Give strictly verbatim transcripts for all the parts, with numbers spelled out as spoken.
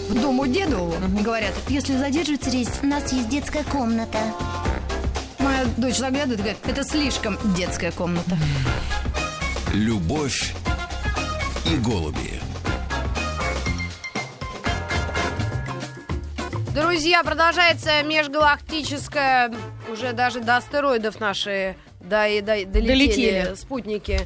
к дому деду и говорят: если задерживается рейс, у нас есть детская комната. Моя дочь заглядывает и говорит: это слишком детская комната. Любовь и голуби. Друзья, продолжается межгалактическая, уже даже до астероидов наши до, до, долетели, долетели спутники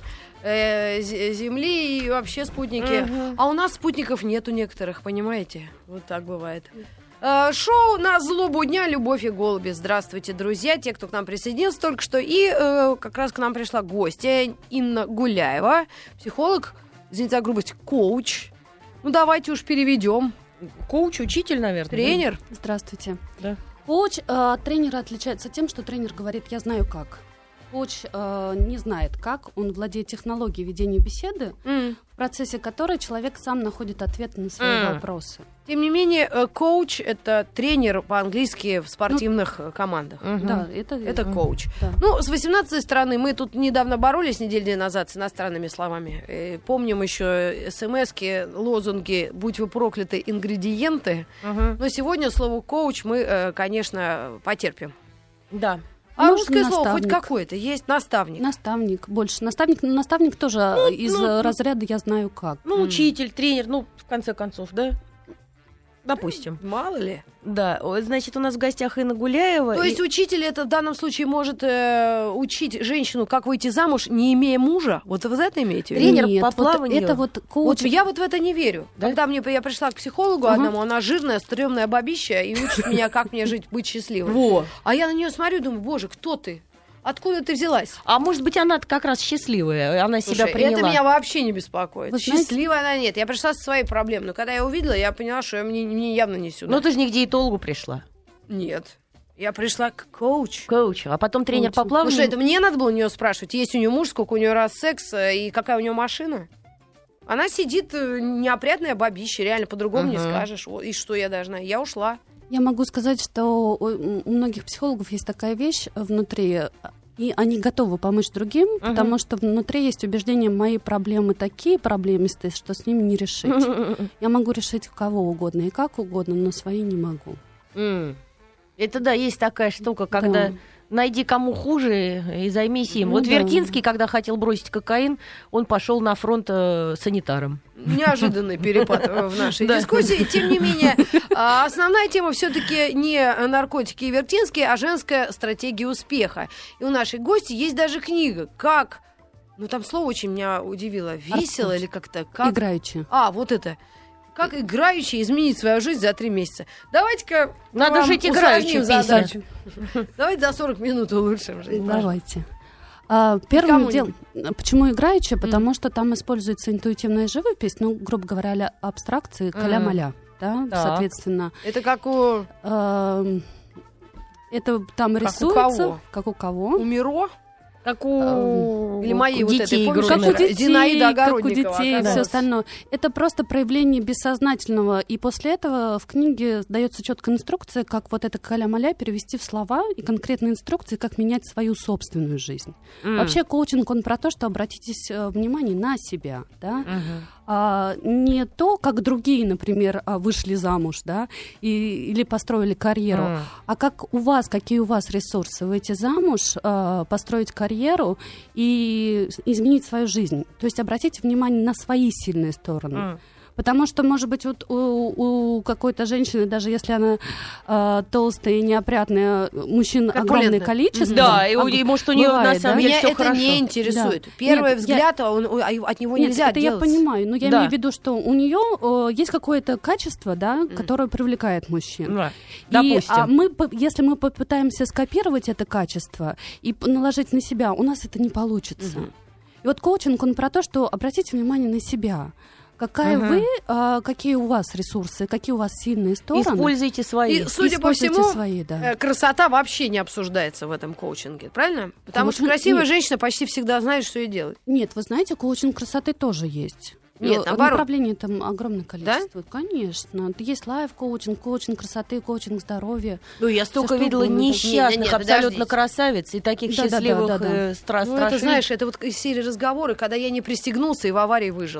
э, Земли и вообще спутники. Угу. А у нас спутников нету некоторых, понимаете? Вот так бывает. Э, шоу «На злобу дня. Любовь и голуби». Здравствуйте, друзья, те, кто к нам присоединился только что. И э, как раз к нам пришла гостья Инна Гуляева, психолог, извините за грубость, коуч. Ну, давайте уж переведем. Коуч, учитель, наверное. Тренер. Да? Здравствуйте. Да. Коуч э, от тренера отличается тем, что тренер говорит: я знаю как. Коуч э, не знает как, он владеет технологией ведения беседы, mm. в процессе которой человек сам находит ответы на свои mm. вопросы. Тем не менее, коуч — это тренер по-английски в спортивных ну, командах. Uh-huh. Да, это, это uh-huh. коуч. Да. Ну, с восемнадцатой стороны мы тут недавно боролись неделю назад с иностранными словами. И помним еще смски, лозунги «Будь вы прокляты, ингредиенты». Uh-huh. Но сегодня слово «коуч» мы, конечно, потерпим. Да. А ну, русское наставник. слово хоть какое-то есть? Наставник. Наставник, больше. Наставник, наставник тоже ну, из ну, разряда «я знаю как». Ну, mm. учитель, тренер, ну, в конце концов, да? Допустим. Мало ли. Да, значит, у нас в гостях Инна Гуляева. То и... есть учитель это в данном случае может э, учить женщину, как выйти замуж, не имея мужа? Вот вы это имеете в виду? Тренер Нет, по вот плаванию. это вот коуч... Вот я вот в это не верю. Да? Когда мне, я пришла к психологу uh-huh. одному, она жирная, стрёмная бабища, и учит меня, как мне жить, быть счастливой. Во. А я на нее смотрю и думаю: боже, кто ты? Откуда ты взялась? А может быть, она как раз счастливая, она Слушай, себя приняла. Это меня вообще не беспокоит. Вы Счастливая она нет. Я пришла со своей проблемой, но когда я увидела, я поняла, что мне, мне явно не сюда. Но ты же не к диетологу пришла. Нет. Я пришла к коучу. Коучу, а потом тренер Коучу. по плаванию. Ну что, это мне надо было у нее спрашивать, есть у нее муж, сколько у нее раз секс и какая у нее машина? Она сидит, неопрятная бабища, реально по-другому uh-huh. не скажешь. И что я должна? Я ушла. Я могу сказать, что у многих психологов есть такая вещь внутри, и они готовы помочь другим, uh-huh. потому что внутри есть убеждение: мои проблемы такие проблемистые, что с ними не решить. Uh-huh. Я могу решить кого угодно и как угодно, но свои не могу. Mm. Это да, есть такая штука, когда да. найди кому хуже и займись им. Ну, вот да. Вертинский, когда хотел бросить кокаин, он пошел на фронт э, санитаром. Неожиданный перепад в нашей дискуссии. Тем не менее, основная тема все-таки не наркотики и Вертинский, а женская стратегия успеха. И у нашей гости есть даже книга «Как...» Ну, там слово очень меня удивило. «Весело» или как-то... Как... Играючи. А, вот это. Как играючи изменить свою жизнь за три месяца. Давайте-ка... Надо жить играючи задачу. Давайте за сорок минут улучшим жизнь. Давайте. А, первым делом, почему играючи? Потому mm. что там используется интуитивная живопись, ну, грубо говоря, абстракции, каля-маля, mm. да, да, соответственно. Это как у... А, это там как рисуется... У кого? Как у кого? У Миро? Как у... Или мои у вот детей, это, помнишь, как у детей, Зинаида Огородникова, как у детей, все остальное. Это просто проявление бессознательного, и после этого в книге дается четкая инструкция, как вот это каля-маля перевести в слова, и конкретные инструкции, как менять свою собственную жизнь. Mm. Вообще коучинг, он про то, что обратитесь внимание на себя, да, mm-hmm. а, не то, как другие, например, вышли замуж, да, и, или построили карьеру, mm. а как у вас, какие у вас ресурсы, выйти замуж, а, построить карьеру, и изменить свою жизнь. То есть обратите внимание на свои сильные стороны. Mm. Потому что, может быть, вот у, у какой-то женщины, даже если она э, толстая и неопрятная, мужчин огромное количество. Да, и, и может у нее на самом деле все хорошо. Меня это не интересует. Да. Первый Нет, взгляд, я... он, от него Нет, нельзя это делать. я понимаю, но я да. имею в виду, что у нее э, есть какое-то качество, да, mm. которое привлекает мужчин. Да. И, Допустим. А мы, если мы попытаемся скопировать это качество и наложить на себя, у нас это не получится. Mm-hmm. И вот коучинг, он про то, что обратите внимание на себя. Какая uh-huh. вы, а, какие у вас ресурсы, какие у вас сильные стороны. Используйте свои. И, судя по всему, свои, да. красота вообще не обсуждается в этом коучинге, правильно? Потому коучинг... что красивая Нет. женщина почти всегда знает, что ей делать. Нет, вы знаете, коучинг красоты тоже есть. Нет, наоборот. Направлений там огромное количество. Да? Конечно. Есть лайф-коучинг, коучинг красоты, коучинг здоровья. Ну, я столько видела несчастных, не, не, не, абсолютно подождите. красавиц и таких да, счастливых да, да, да, да. Стра- ну, это, знаешь, это вот из серии разговоры, когда я не пристегнулся и в аварии выжил.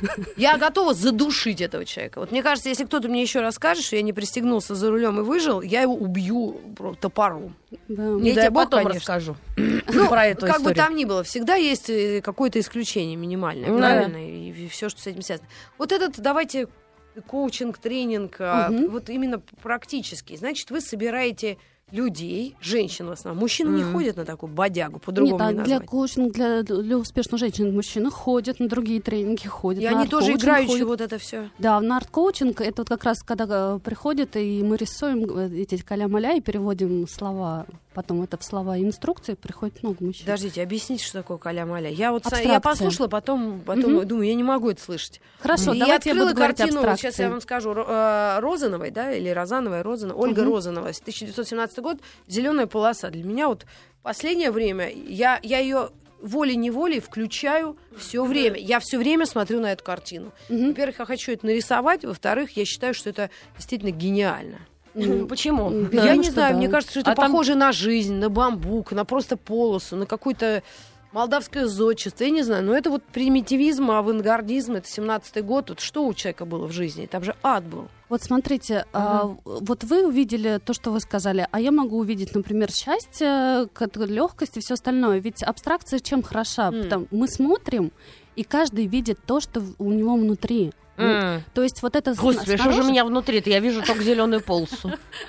Я готова задушить этого человека. Вот мне кажется, если кто-то мне еще расскажет, что я не пристегнулся за рулем и выжил, я его убью топором. Да. Не я тебе потом конечно. расскажу ну, про эту как историю. бы там ни было, всегда есть какое-то исключение минимальное, mm-hmm. правильно? И все, что с этим связано. Вот этот, давайте, коучинг, тренинг, mm-hmm. вот именно практический. Значит, вы собираете людей, женщин в основном. Мужчины mm. не ходят на такую бодягу, по-другому Нет, не назвать. Для коучинга, для, для успешных женщин мужчины ходят, на другие тренинги ходят. И они тоже играющие вот это все. Да, на арт-коучинг это вот как раз когда приходят, и мы рисуем эти каля-маля и переводим слова. Потом это в слова и инструкции приходит много мужчин. Подождите, объясните, что такое каля-маля. Я вот я послушала, потом, потом угу. думаю, я не могу это слышать. Хорошо, и давайте я открыла я буду картину, говорить сейчас я вам скажу, Розановой, да, или Розановой, Розановой, Ольга угу. Розанова, тысяча девятьсот семнадцатый год, «Зеленая полоса». Для меня вот последнее время, я, я ее волей-неволей включаю все время. Я все время смотрю на эту картину. Угу. Во-первых, я хочу это нарисовать, во-вторых, я считаю, что это действительно гениально. Mm. Почему? Я да, не знаю, да. мне кажется, что это а похоже там... на жизнь, на бамбук, на просто полосу, на какое-то молдавское зодчество, я не знаю, но это вот примитивизм, авангардизм, это семнадцатый год, вот что у человека было в жизни, там же ад был. Вот смотрите, uh-huh. а, вот вы увидели то, что вы сказали, а я могу увидеть, например, счастье, легкость и все остальное, ведь абстракция чем хороша? Mm. Потому, мы смотрим, и каждый видит то, что у него внутри. Mm. То есть вот это... Господи, что же у меня внутри-то? Я вижу только зеленую полосу.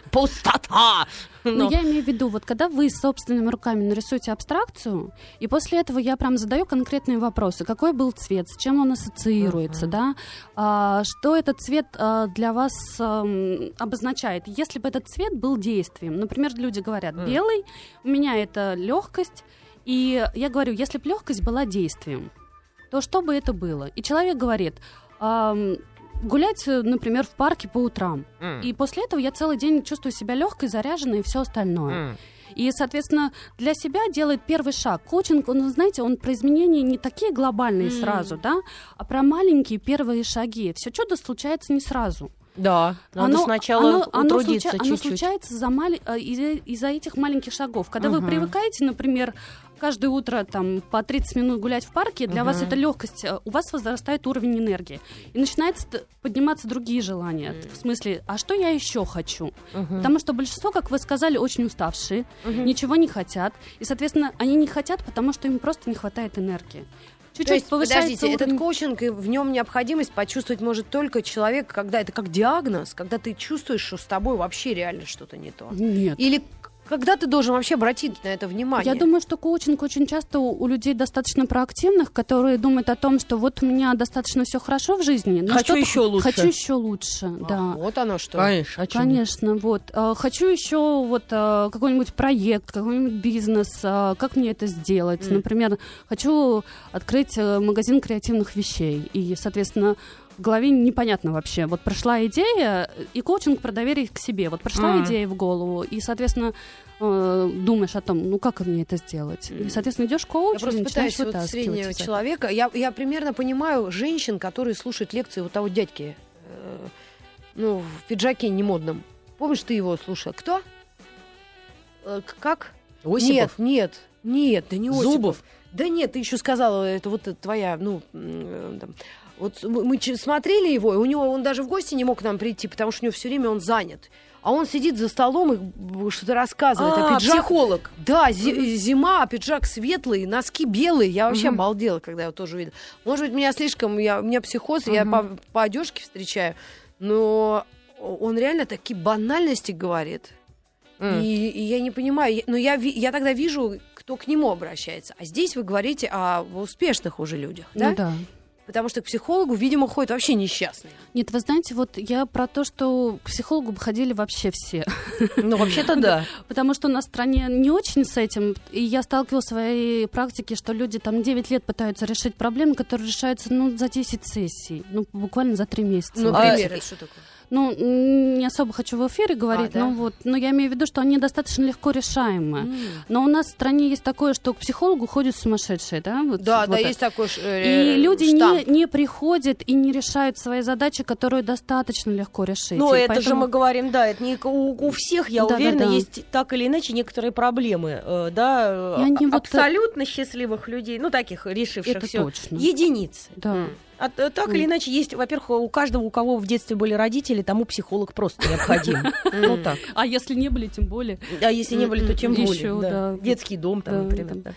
Пустота! Ну, я имею в виду, вот когда вы собственными руками нарисуете абстракцию, и после этого я прям задаю конкретные вопросы. Какой был цвет, с чем он ассоциируется, uh-huh. да? А, что этот цвет а, для вас а, обозначает? Если бы этот цвет был действием, например, люди говорят, uh-huh. белый, у меня это легкость, и я говорю, если бы легкость была действием, то что бы это было? И человек говорит... гулять, например, в парке по утрам. Mm. И после этого я целый день чувствую себя легкой, заряженной и все остальное. Mm. И, соответственно, для себя делает первый шаг. Коучинг, он, знаете, он про изменения не такие глобальные mm. сразу, да, а про маленькие первые шаги. Все чудо случается не сразу. Да, надо оно, сначала оно, утрудиться оно, случа- оно случается за мали- из-за, из-за этих маленьких шагов. Когда uh-huh. вы привыкаете, например, каждое утро там, по тридцать минут гулять в парке, для uh-huh. вас это легкость, у вас возрастает уровень энергии. И начинаются подниматься другие желания. Uh-huh. В смысле, а что я еще хочу? Uh-huh. Потому что большинство, как вы сказали, очень уставшие, uh-huh. ничего не хотят. И, соответственно, они не хотят, потому что им просто не хватает энергии. Чуть-чуть То есть, повышается подождите, уровень... этот коучинг, и в нем необходимость почувствовать может только человек, когда это как диагноз, когда ты чувствуешь, что с тобой вообще реально что-то не то. Нет. Или когда ты должен вообще обратить на это внимание? Я думаю, что коучинг очень часто у, у людей достаточно проактивных, которые думают о том, что вот у меня достаточно все хорошо в жизни. Но хочу еще лучше. Хочу еще лучше, а, да. Вот оно что. Конечно, Конечно, вот. А, хочу еще вот а, какой-нибудь проект, какой-нибудь бизнес. А, как мне это сделать? Mm. Например, хочу открыть магазин креативных вещей. И, соответственно, в голове непонятно вообще. Вот прошла идея, и коучинг про доверие к себе. Вот прошла mm. идея в голову, и, соответственно, э, думаешь о том, ну как мне это сделать. И, соответственно, идешь к коучу, и начинаешь вот среднего это. человека. Я, я примерно понимаю женщин, которые слушают лекции вот того дядьки, э, ну, в пиджаке немодном. Помнишь, ты его слушала? Кто? Э, как? Осипов? Нет, нет, нет, да не Осипов. Зубов? Да нет, ты еще сказала, это вот твоя, ну, там... Вот мы смотрели его, и у него он даже в гости не мог к нам прийти, потому что у него все время он занят. А он сидит за столом и что-то рассказывает. А, а пиджак... психолог. Да, зи- зима, а пиджак светлый, носки белые. Я вообще угу. обалдела, когда я его тоже увидела. Может быть, меня слишком... Я, у меня психоз, угу. я по, по одежке встречаю. Но он реально такие банальности говорит. Mm. И, и я не понимаю. Но я, я тогда вижу, кто к нему обращается. А здесь вы говорите о успешных уже людях, да? Ну да. Потому что к психологу, видимо, ходят вообще несчастные. Нет, вы знаете, вот я про то, что к психологу бы ходили вообще все. Ну, вообще-то да. Потому что у нас в стране не очень с этим. И я сталкивалась в своей практике, что люди там девять лет пытаются решить проблемы, которые решаются, ну, за десять сессий. Ну, буквально за три месяца. Ну, например, это что такое? ну, не особо хочу в эфире говорить, а, да? но, вот, но я имею в виду, что они достаточно легко решаемы. Mm. Но у нас в стране есть такое, что к психологу ходят сумасшедшие, да? Вот, Да, вот да, это. есть такой э, И люди штамп. не, не приходят и не решают свои задачи, которые достаточно легко решить. Но И это поэтому... же мы говорим, да, это не у, у всех, я Да, уверена, да, да. есть так или иначе некоторые проблемы, э, да, И они вот абсолютно счастливых людей, ну, таких решивших Это все, точно. единицы. Да. Mm. А, э, так Mm. или иначе, есть, во-первых, у каждого, у кого в детстве были родители, тому психолог просто необходим. Ну так. А если не были, тем более. А если не были, то тем Ещё, более. да. Детский дом там, Да, например. да. да.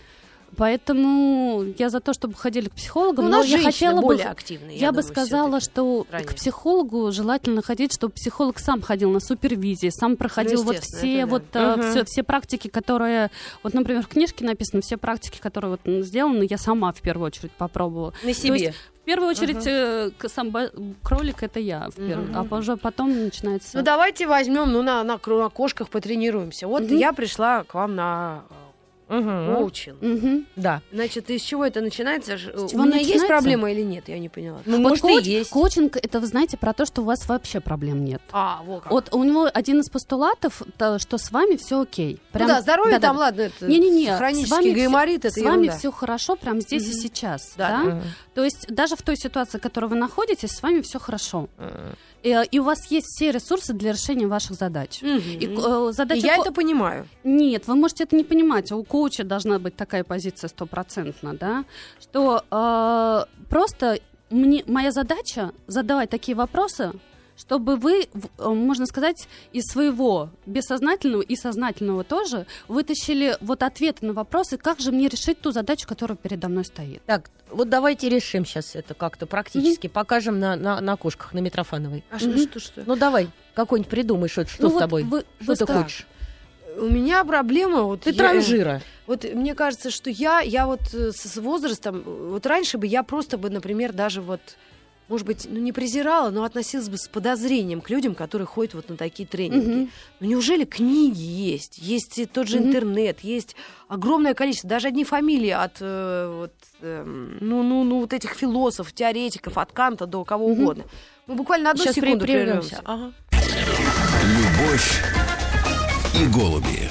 Поэтому я за то, чтобы ходили к психологам, Ну, у но нас я женщины хотела бы, более активные, я, я бы думаю, сказала, всё-таки что в стране. к психологу желательно ходить, чтобы психолог сам ходил на супервизии, сам проходил Ну, вот естественно, все это да. вот э, Мгм. все, все практики, которые, вот, например, в книжке написано, все практики, которые вот м, сделаны, я сама в первую очередь попробовала. На То себе. есть, в первую очередь, Ага. э, к- сам бо- кролик это я, в первую, а уже потом начинается. Ну давайте возьмем, ну на, на, кро- на кошках потренируемся. Вот Мгм. я пришла к вам на э, Мгм. коучинг. Мгм. Да. Значит, из чего это начинается? Ж- У чего меня есть начинается? проблема или нет? Я не поняла. Ну, Вот может, коуч- и есть. коучинг это, вы знаете, про то, что у вас вообще проблем нет. А, вот как. Вот у него один из постулатов, то, что с вами все окей. Ну да, здоровье да-да. там, ладно, это Не-не-не, с хронический вами гайморит, всё- это с вами ерунда. все хорошо прямо здесь и Мгм. сейчас. Да, Да, Мгм. То есть даже в той ситуации, в которой вы находитесь, с вами все хорошо. Мгм. И, э, и у вас есть все ресурсы для решения ваших задач. Мгм. И, э, И задача я ко- это понимаю. Нет, вы можете это не понимать. У коуча должна быть такая позиция стопроцентно, да, что э, просто мне, моя задача задавать такие вопросы, чтобы вы, в- э, можно сказать, из своего бессознательного и сознательного тоже вытащили вот ответы на вопросы, как же мне решить ту задачу, которая передо мной стоит. Так, вот давайте решим сейчас это как-то практически. Покажем на, на, на кошках, на Митрофановой. А что, Мгм. что, что? Ну, давай, какой-нибудь придумай, что, что Ну с вот тобой. вы- что вы ты ска- хочешь? У меня проблема... Вот Ты я- транжира. Вот мне кажется, что я, я вот э, с, с возрастом, э, вот раньше бы я просто бы, например, даже вот, может быть, ну не презирала, но относилась бы с подозрением к людям, которые ходят вот на такие тренинги. Мгм. Ну неужели книги есть? Есть и тот же Мгм. интернет, есть огромное количество, даже одни фамилии от э, вот, эм, ну, ну, ну, вот этих философов, теоретиков, от Канта до кого Мгм. угодно. Мы буквально одну Сейчас секунду прервемся. прервемся. Ага. Любовь и голуби.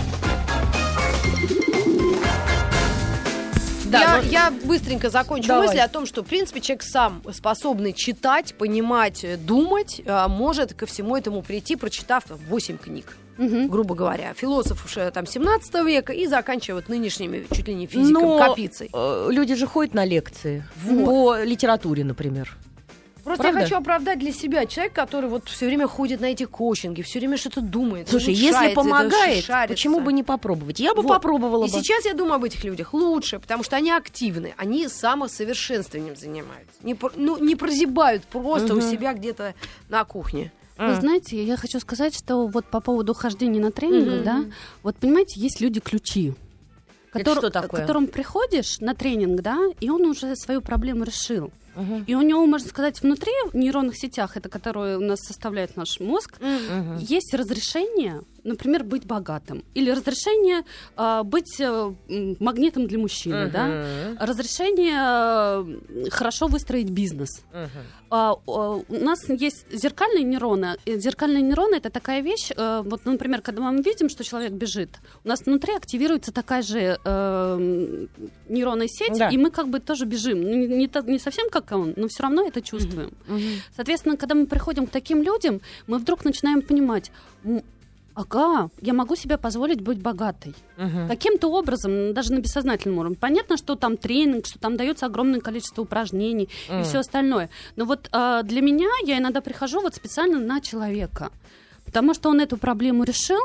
Да, я, ну- я быстренько закончу Давай. мысли о том, что, в принципе, человек сам способный читать, понимать, э, думать, а, может ко всему этому прийти, прочитав там, восемь книг, Мгм. грубо говоря. Философ уже там семнадцатого века и заканчивая вот нынешними чуть ли не физиком, Но, Капицей. э, люди же ходят на лекции. Вот. По литературе, например. Просто правда? я хочу оправдать для себя человек, который вот все время ходит на эти коучинги, все время что-то думает. Слушай, если улучшается, помогает, шарится. почему бы не попробовать? Я бы Вот. попробовала И бы. сейчас я думаю об этих людях лучше, потому что они активны, они самосовершенствованием занимаются. Не, пр- ну, не прозябают просто у Мгм. себя где-то на кухне. Вы М. знаете, я хочу сказать, что вот по поводу хождения на тренинги, Мгм. да, вот понимаете, есть люди-ключи, Это что такое? к которым приходишь на тренинг, да, и он уже свою проблему решил. Мгм. И у него, можно сказать, внутри в нейронных сетях, это которые у нас составляет наш мозг, Мгм. есть разрешение, например, быть богатым, или разрешение а, быть э, м, магнитом для мужчины, да, Мгм. разрешение э, хорошо выстроить бизнес. Мгм. А, а, у нас есть зеркальные нейроны. И зеркальные нейроны — это такая вещь, э, вот, например, когда мы видим, что человек бежит, у нас внутри активируется такая же э, нейронная сеть, Да. и мы как бы тоже бежим. Ну, Не, не, то- не совсем как он, но все равно это чувствуем. Мгм. Соответственно, когда мы приходим к таким людям, мы вдруг начинаем понимать, «М, ага, я могу себе позволить быть богатой. Мгм. Каким-то образом, даже на бессознательном уровне. Понятно, что там тренинг, что там дается огромное количество упражнений Мгм. и все остальное. Но вот а, для меня я иногда прихожу вот специально на человека. Потому что он эту проблему решил,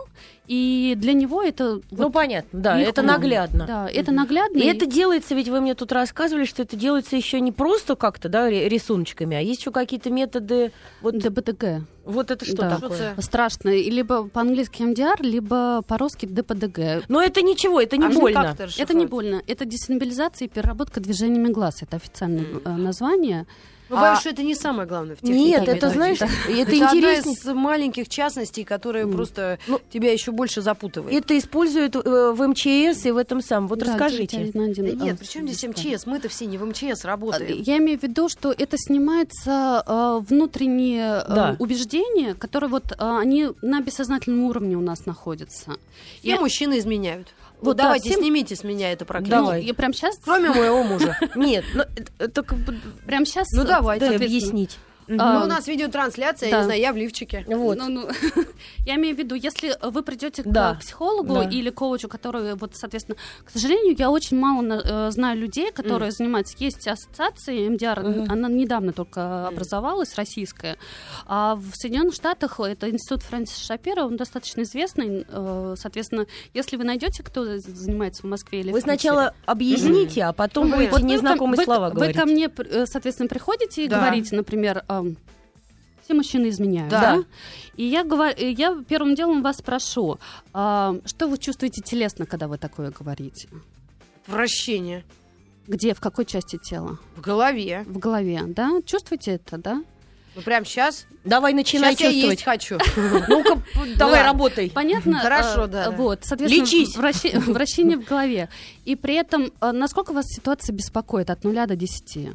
и для него это... Ну, вот понятно, да, легко. это наглядно. Да, это наглядно. И это делается, ведь вы мне тут рассказывали, что это делается еще не просто как-то, да, ре- рисуночками, а есть еще какие-то методы. Вот, ДПТГ. вот это что Да. такое? Страшно. И либо по-английски эм ди ар, либо по-русски ДПДГ. Но это ничего, это не А что, больно. как это Это не расшифровать? больно. Это десимбилизация и переработка движениями глаз. Это официальное э, название. Ну, боюсь, что это не самое главное в технике. Нет, это, знаешь, это, это интереснее. одна из маленьких частностей, которая mm. просто ну, тебя еще больше запутывает. Это используют э, в МЧС и в этом самом. Вот да, расскажите. Да нет, при чем здесь МЧС? Мы-то все не в МЧС работаем. Я имею в виду, что это снимается э, внутренние э, да. убеждения, которые вот э, они на бессознательном уровне у нас находятся. И я... мужчины изменяют. Вот да, давайте, всем... снимите с меня это проклятие. Давай. Я прям сейчас... Кроме моего мужа. Нет, ну, это прям сейчас... Ну, давайте объяснить. Угу. Ну, у нас видеотрансляция, да. Я не знаю, я в лифчике. Вот. Ну, ну, я имею в виду, если вы придете да. к психологу да. или коучу, который, вот, соответственно, к сожалению, я очень мало э, знаю людей, которые mm. занимаются. Есть ассоциация эм ди ар, mm-hmm. она недавно только mm. образовалась, российская. А в Соединенных Штатах это институт Фрэнсиса Шапира, он достаточно известный. Э, соответственно, если вы найдете, кто занимается в Москве или вы в Питере, сначала объясните, mm-hmm. а потом mm-hmm. будете вот незнакомые вы, слова вы, говорить. Вы ко мне, соответственно, приходите и да. говорите, например, все мужчины изменяют, да. да? И я, говорю, я первым делом вас спрошу, а, что вы чувствуете телесно, когда вы такое говорите? Отвращение. Где, в какой части тела? В голове. В голове, да? Чувствуете это, да? Ну, прям сейчас? Давай, начинай сейчас чувствовать. Я есть хочу. Ну-ка, давай, работай. Понятно? Хорошо, да. Вот, соответственно, лечись. Вращение в голове. И при этом, насколько вас ситуация беспокоит от нуля до десяти?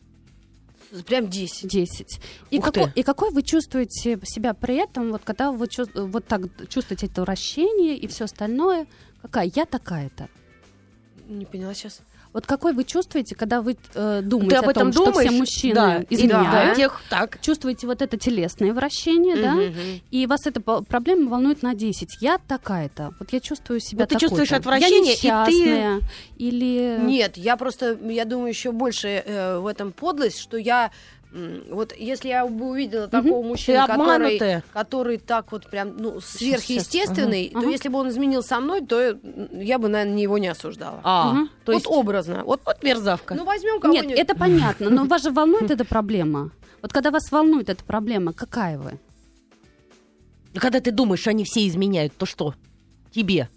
Прям десять. десять. И, какой, и какой вы чувствуете себя при этом, вот когда вы чувств, вот так чувствуете это вращение и все остальное? Какая? Я такая-то. Не поняла сейчас. Вот какой вы чувствуете, когда вы э, думаете об о том, думаешь? что все мужчины да. изменяют, да. Тех, так. чувствуете вот это телесное вращение, uh-huh, да, uh-huh. и вас эта проблема волнует на десять. Я такая-то, вот я чувствую себя вот ты такой-то. чувствуешь отвращение, я несчастная, и ты... или... Нет, я просто, я думаю, еще больше э, в этом подлость, что я... Вот если я бы увидела mm-hmm. такого мужчину, который, который так вот прям ну, сверхъестественный, uh-huh. то uh-huh. если бы он изменил со мной, то я бы, наверное, его не осуждала. А, uh-huh. то есть вот образно. Вот, вот мерзавка. Ну, возьмем кого-нибудь. Нет, это понятно, но вас же волнует эта проблема. Вот когда вас волнует эта проблема, какая вы? Когда ты думаешь, что они все изменяют, то что? Тебе?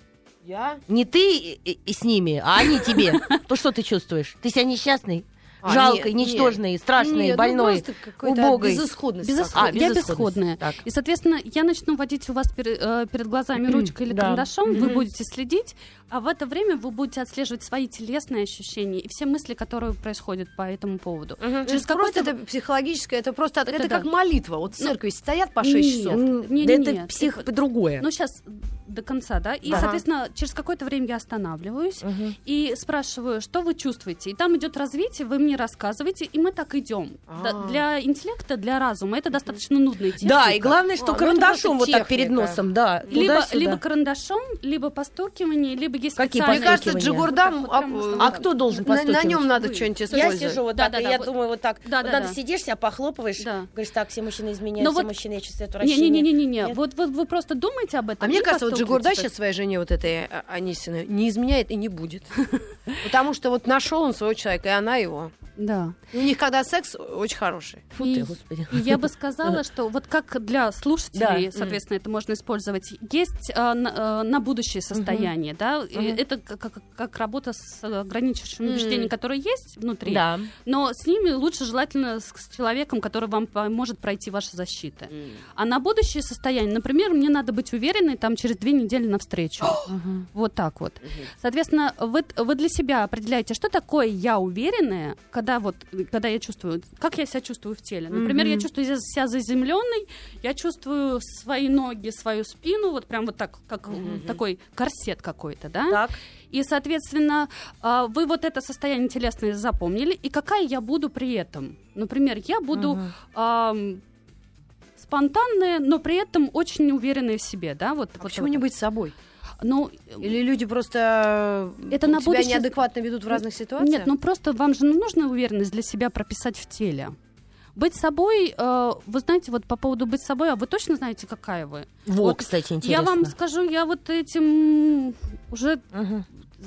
Я? Не ты и, и с ними, а они тебе. То что ты чувствуешь? Ты себя несчастный? А, жалкой, нет, ничтожной, нет, страшной, нет, больной, ну, убогой. Безысходность. Безысход... А, я безысходная. Так. И, соответственно, я начну водить у вас пер... э, перед глазами ручкой или да. карандашом, mm-hmm. вы будете следить, а в это время вы будете отслеживать свои телесные ощущения и все мысли, которые происходят по этому поводу. Mm-hmm. Через просто это психологическое, это просто это, это как да. молитва. Вот в церкви ну, стоят по шесть часов. Нет, нет, да нет, это нет. псих другое. Ну, сейчас до конца, да? И, да. соответственно, через какое-то время я останавливаюсь uh-huh. и спрашиваю, что вы чувствуете. И там идет развитие, вы мне рассказываете, и мы так идем. Да, для интеллекта, для разума это достаточно нудная техника. Да, и главное, что а, карандашом вот так перед носом, да. Либо, либо карандашом, либо постукивание, либо есть какие специальные... Мне кажется, Джигурдам... Вот а, а кто должен постукивать? На, на нем надо что-нибудь использовать. Я сижу вот да, так, да, и да, я вот, думаю вот так. Да, вот да, надо да. сидишь, себя похлопываешь, да. говоришь, так, все мужчины изменяют, но все вот... мужчины, я чувствую отвращение. Не-не-не, вот, вот вы просто думаете об этом. А мне кажется, вот Джигурда сейчас своей жене вот этой Анисиной не изменяет и не будет. Потому что вот нашел он своего человека, и она его. Да. И у них когда секс очень хороший. Фу ты, Господи. И я бы сказала, что вот как для слушателей, да. соответственно, это можно использовать, есть а, на, а, на будущее состояние, uh-huh. да, uh-huh. это как, как, как работа с ограничивающими uh-huh. убеждениями, которые есть внутри, да. но с ними лучше желательно с, с человеком, который вам поможет пройти ваши защиты. Uh-huh. А на будущее состояние, например, мне надо быть уверенной там через две недели навстречу. Uh-huh. Вот так вот. Uh-huh. Соответственно, вы, вы для себя определяете, что такое я уверенная, когда вот, когда я чувствую, как я себя чувствую в теле. Например, mm-hmm. я чувствую себя заземленной, я чувствую свои ноги, свою спину, вот прям вот так, как mm-hmm. такой корсет какой-то, да? Так. И, соответственно, вы вот это состояние телесное запомнили, и какая я буду при этом? Например, я буду... Mm-hmm. спонтанная, но при этом очень уверенная в себе, да? Вот, а вот почему вот. не быть собой? Ну, или люди просто это себя на будущее... неадекватно ведут в разных ситуациях? Нет, ну просто вам же нужно уверенность для себя прописать в теле. Быть собой, э, вы знаете, вот по поводу быть собой, а вы точно знаете, какая вы? Во, вот, кстати, интересно. Я вам скажу, я вот этим уже... Угу.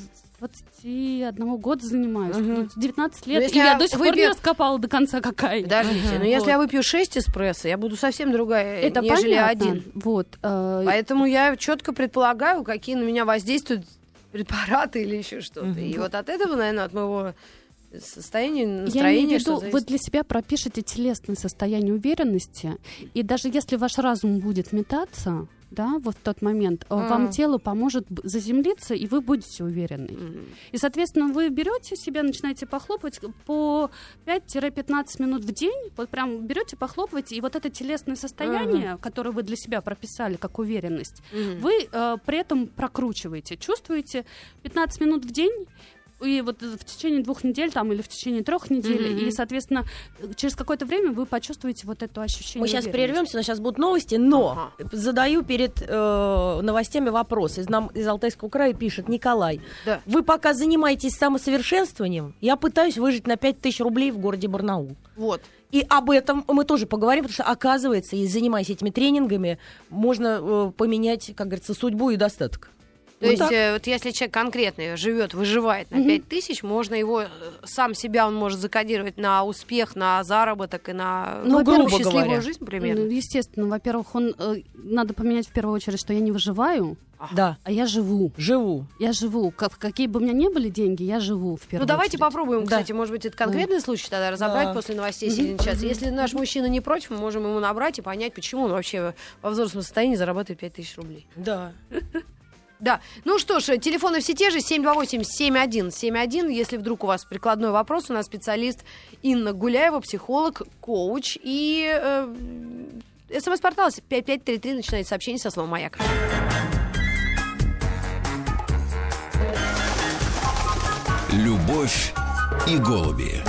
двадцать один год занимаюсь, uh-huh. девятнадцать лет, но и я, я до сих выпью... пор не раскопала до конца, какая. Подождите, uh-huh. но если вот. я выпью шесть эспрессо, я буду совсем другая, это нежели понятно. один. Вот, э... Поэтому я четко предполагаю, какие на меня воздействуют препараты или еще что-то. Uh-huh. И вот от этого, наверное, от моего состояние, настроение. Я имею в виду, что вы для себя пропишете телесное состояние уверенности, и даже если ваш разум будет метаться, да, вот в тот момент, а. вам тело поможет заземлиться, и вы будете уверены. Mm-hmm. И, соответственно, вы берете себя, начинаете похлопывать по пять-пятнадцать минут в день, вот прям берете, похлопываете, и вот это телесное состояние, uh-huh. которое вы для себя прописали как уверенность, mm-hmm. вы э, при этом прокручиваете, чувствуете пятнадцать минут в день, и вот в течение двух недель там, или в течение трех недель, mm-hmm. и, соответственно, через какое-то время вы почувствуете вот это ощущение. Мы сейчас прервемся, у нас сейчас будут новости, но ага. задаю перед э, новостями вопрос. Из, нам, из Алтайского края пишет Николай. Да. Вы пока занимаетесь самосовершенствованием, я пытаюсь выжить на пять тысяч рублей в городе Барнаул. Вот. И об этом мы тоже поговорим, потому что, оказывается, и занимаясь этими тренингами, можно э, поменять, как говорится, судьбу и достаток. То вот есть, э, вот если человек конкретно живет, выживает на mm-hmm. пять тысяч, можно его, сам себя он может закодировать на успех, на заработок и на ну, грубо счастливую говоря. жизнь, примерно. Ну, естественно, во-первых, он, э, надо поменять в первую очередь, что я не выживаю, да. а я живу. Живу. Я живу. Как, какие бы у меня ни были деньги, я живу в первую Ну, давайте очередь. попробуем, да. кстати, может быть, это конкретный да. случай тогда разобрать да. после новостей mm-hmm. сейчас. Если наш мужчина не против, мы можем ему набрать и понять, почему он вообще во взрослом состоянии зарабатывает пять тысяч рублей. Да. Да, ну что ж, телефоны все те же, семь два восемь семь один семь один. Если вдруг у вас прикладной вопрос, у нас специалист Инна Гуляева, психолог, коуч. И э, смс-портал пять пять три три начинает сообщение со словом «Маяк». Любовь и голуби.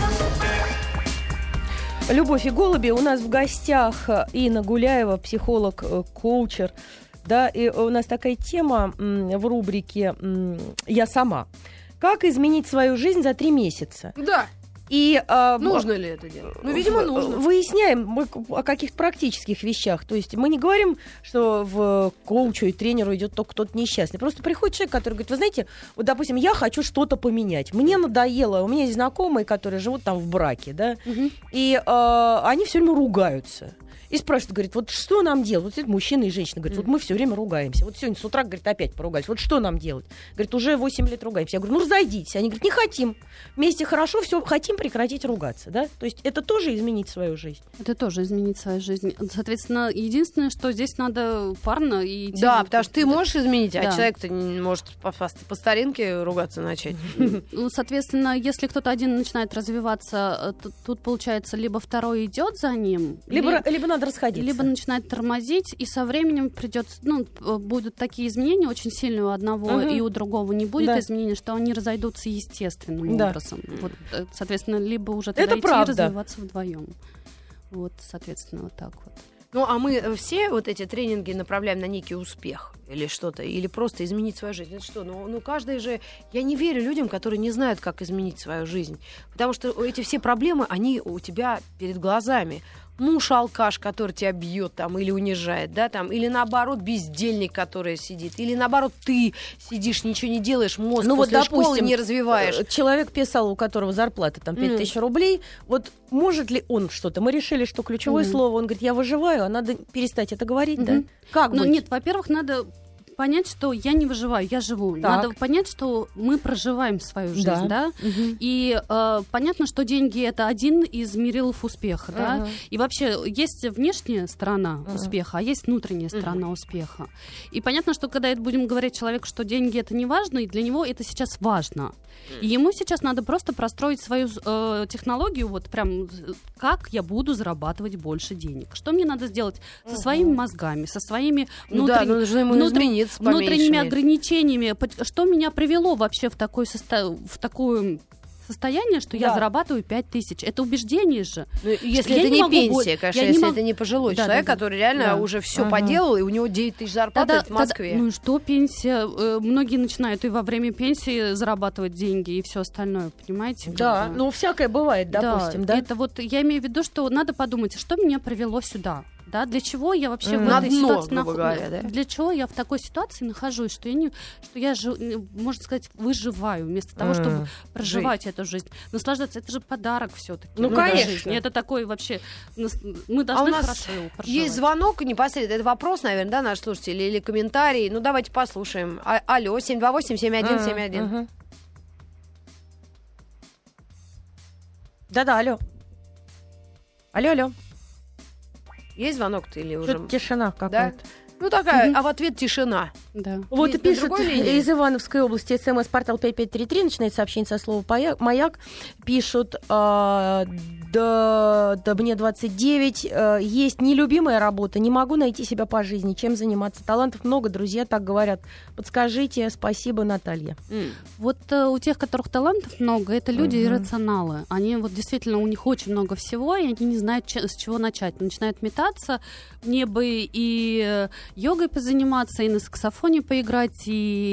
Любовь и голуби. У нас в гостях Инна Гуляева, психолог, коучер. Да, и у нас такая тема м, в рубрике м, «Я сама». Как изменить свою жизнь за три месяца? Да. И, а, нужно ли это делать? Ну, видимо, нужно. Выясняем мы о каких-то практических вещах. То есть мы не говорим, что в коучу и тренеру идет только кто-то несчастный. Просто приходит человек, который говорит, вы знаете, вот, допустим, я хочу что-то поменять. Мне надоело. У меня есть знакомые, которые живут там в браке, да, угу. и а, они все время ругаются. И спрашивают, говорит, вот что нам делать? Вот это мужчина и женщина говорит, вот мы все время ругаемся. Вот сегодня с утра, говорит, опять поругались. Вот что нам делать? Говорит, уже восемь лет ругаемся. Я говорю, ну разойдитесь. Они говорят, не хотим. Вместе хорошо, все, хотим прекратить ругаться. Да? То есть это тоже изменить свою жизнь. Это тоже изменить свою жизнь. Соответственно, единственное, что здесь надо парно и... Да, потому что ты можешь изменить, а да. человек-то не может по, по, по старинке ругаться начать. Ну, соответственно, если кто-то один начинает развиваться, тут, получается, либо второй идет за ним, либо, либо надо расходиться. Либо начинает тормозить, и со временем придет, ну, будут такие изменения очень сильные у одного, угу. и у другого не будет да. изменений, что они разойдутся естественным да. образом. Вот, соответственно, либо уже тогда Это идти правда. развиваться вдвоем. Вот, соответственно, вот так вот. Ну, а мы все вот эти тренинги направляем на некий успех или что-то, или просто изменить свою жизнь. Это что? Ну, ну, каждый же... Я не верю людям, которые не знают, как изменить свою жизнь. Потому что эти все проблемы, они у тебя перед глазами. Муж-алкаш, который тебя бьет там, или унижает, да, там, или наоборот бездельник, который сидит, или наоборот ты сидишь, ничего не делаешь, мозг ну, после вот, допустим, школы не развиваешь. Человек писал, у которого зарплата там пять тысяч mm. рублей, вот может ли он что-то? Мы решили, что ключевое mm. слово, он говорит, я выживаю, а надо перестать это говорить, mm-hmm. да? Как Ну нет, во-первых, надо... понять, что я не выживаю, я живу. Так. Надо понять, что мы проживаем свою жизнь, да. да? Угу. И э, понятно, что деньги — это один из мерилов успеха, угу. да? И вообще есть внешняя сторона угу. успеха, а есть внутренняя сторона угу. успеха. И понятно, что когда будем говорить человеку, что деньги — это не важно, и для него это сейчас важно. И ему сейчас надо просто простроить свою э, технологию, вот прям как я буду зарабатывать больше денег. Что мне надо сделать со своими мозгами, со своими ну внутрен... да, нужно ему внутрен... внутренними ограничениями. Что меня привело вообще в, такой состо... в такую... состояние, что да. я зарабатываю пять тысяч. Это убеждение же. Ну, если это не, не пенсия, конечно, я если не это не пожилой да, человек, да, да. который реально да. уже все ага. поделал, и у него девять тысяч зарплаты в Москве. Тогда, ну что пенсия? Многие начинают и во время пенсии зарабатывать деньги и все остальное, понимаете? Да, ну всякое бывает, допустим. Да, да? Это вот я имею в виду, что надо подумать, что меня привело сюда. Да, для чего я вообще mm. в на этой дно, ситуации нах... говоря, да? Для чего я в такой ситуации нахожусь, что я не, что я жив... можно сказать, выживаю вместо того, mm. чтобы проживать Жить. эту жизнь, наслаждаться. Это же подарок все-таки. Ну, ну конечно. Это такой вообще. Мы должны а у нас хорошо его проживать. Есть звонок непосредственно. Это вопрос, наверное, да, наш слушатель или комментарий. Ну давайте послушаем. А- алло, семь два восемь семь один семь один. Да-да, алло. Алло, алло. Есть звонок-то или уже? Что-то тишина какая-то. Да? Ну, такая, Угу. а в ответ тишина. Да. Вот Есть и пишет на другой линии? из Ивановской области СМС-портал пять пять три три, начинает сообщение со слова «Пая- «Маяк». Пишут, а, да, да мне двадцать девять, а, есть нелюбимая работа, не могу найти себя по жизни, чем заниматься. Талантов много, друзья так говорят. Подскажите, спасибо, Наталья. М. Вот э, у тех, которых талантов много, это люди Мгм. иррационалы. Они вот действительно, у них очень много всего, и они не знают, че- с чего начать. Начинают метаться. Мне бы и э, йогой позаниматься, и на саксофоне поиграть,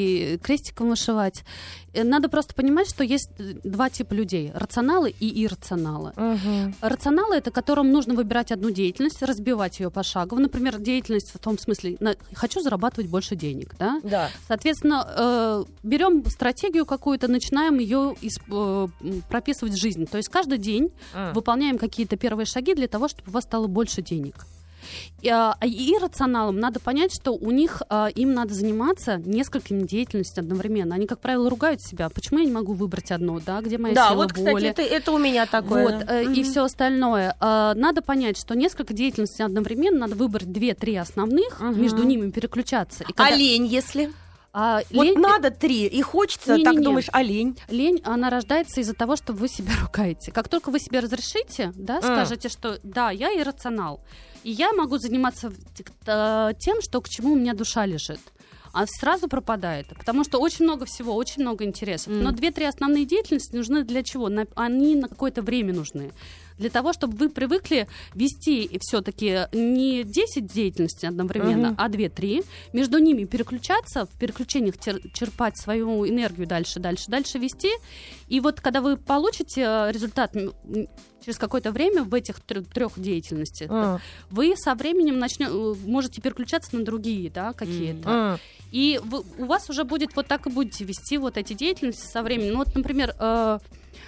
и крестиком вышивать. Э, Надо просто понимать, что есть два типа людей. Рационалы и иррационалы. Рационалы — это которым нужно выбирать одну деятельность, разбивать ее пошагово. Например, деятельность в том смысле, на- хочу зарабатывать больше денег, да? Да. Соответственно, э, берем стратегию какую-то, начинаем ее прописывать в жизнь. То есть каждый день А. выполняем какие-то первые шаги для того, чтобы у вас стало больше денег. И, а, и иррационалам надо понять, что у них а, им надо заниматься несколькими деятельностями одновременно. Они, как правило, ругают себя. Почему я не могу выбрать одну, да? Где моя Да, сила вот, кстати, воли? это, это у меня такое. Вот, э, и все остальное. А, надо понять, что несколько деятельностей одновременно, надо выбрать две-три основных, Мгм. между ними переключаться. И А когда- лень, если? а, Вот лень- надо три, и хочется, так Не-не-не. думаешь, а лень? Лень, она рождается из-за того, что вы себя ругаете. Как только вы себе разрешите, да, скажете, что да, я иррационал, и я могу заниматься э, тем, что к чему у меня душа лежит. А сразу пропадает, потому что очень много всего, очень много интересов. М. Но две-три основные деятельности нужны для чего? На- они на какое-то время нужны. Для того, чтобы вы привыкли вести все-таки не десять деятельностей одновременно, Мгм. а две-три, между ними переключаться, в переключениях тер- черпать свою энергию дальше, дальше, дальше вести. И вот когда вы получите э, результат м, м, через какое-то время в этих трех деятельностях, А. вы со временем начнё- э, можете переключаться на другие, да, какие-то. А. И вы- у вас уже будет вот так и будете вести вот эти деятельности со временем. Ну вот, например, э,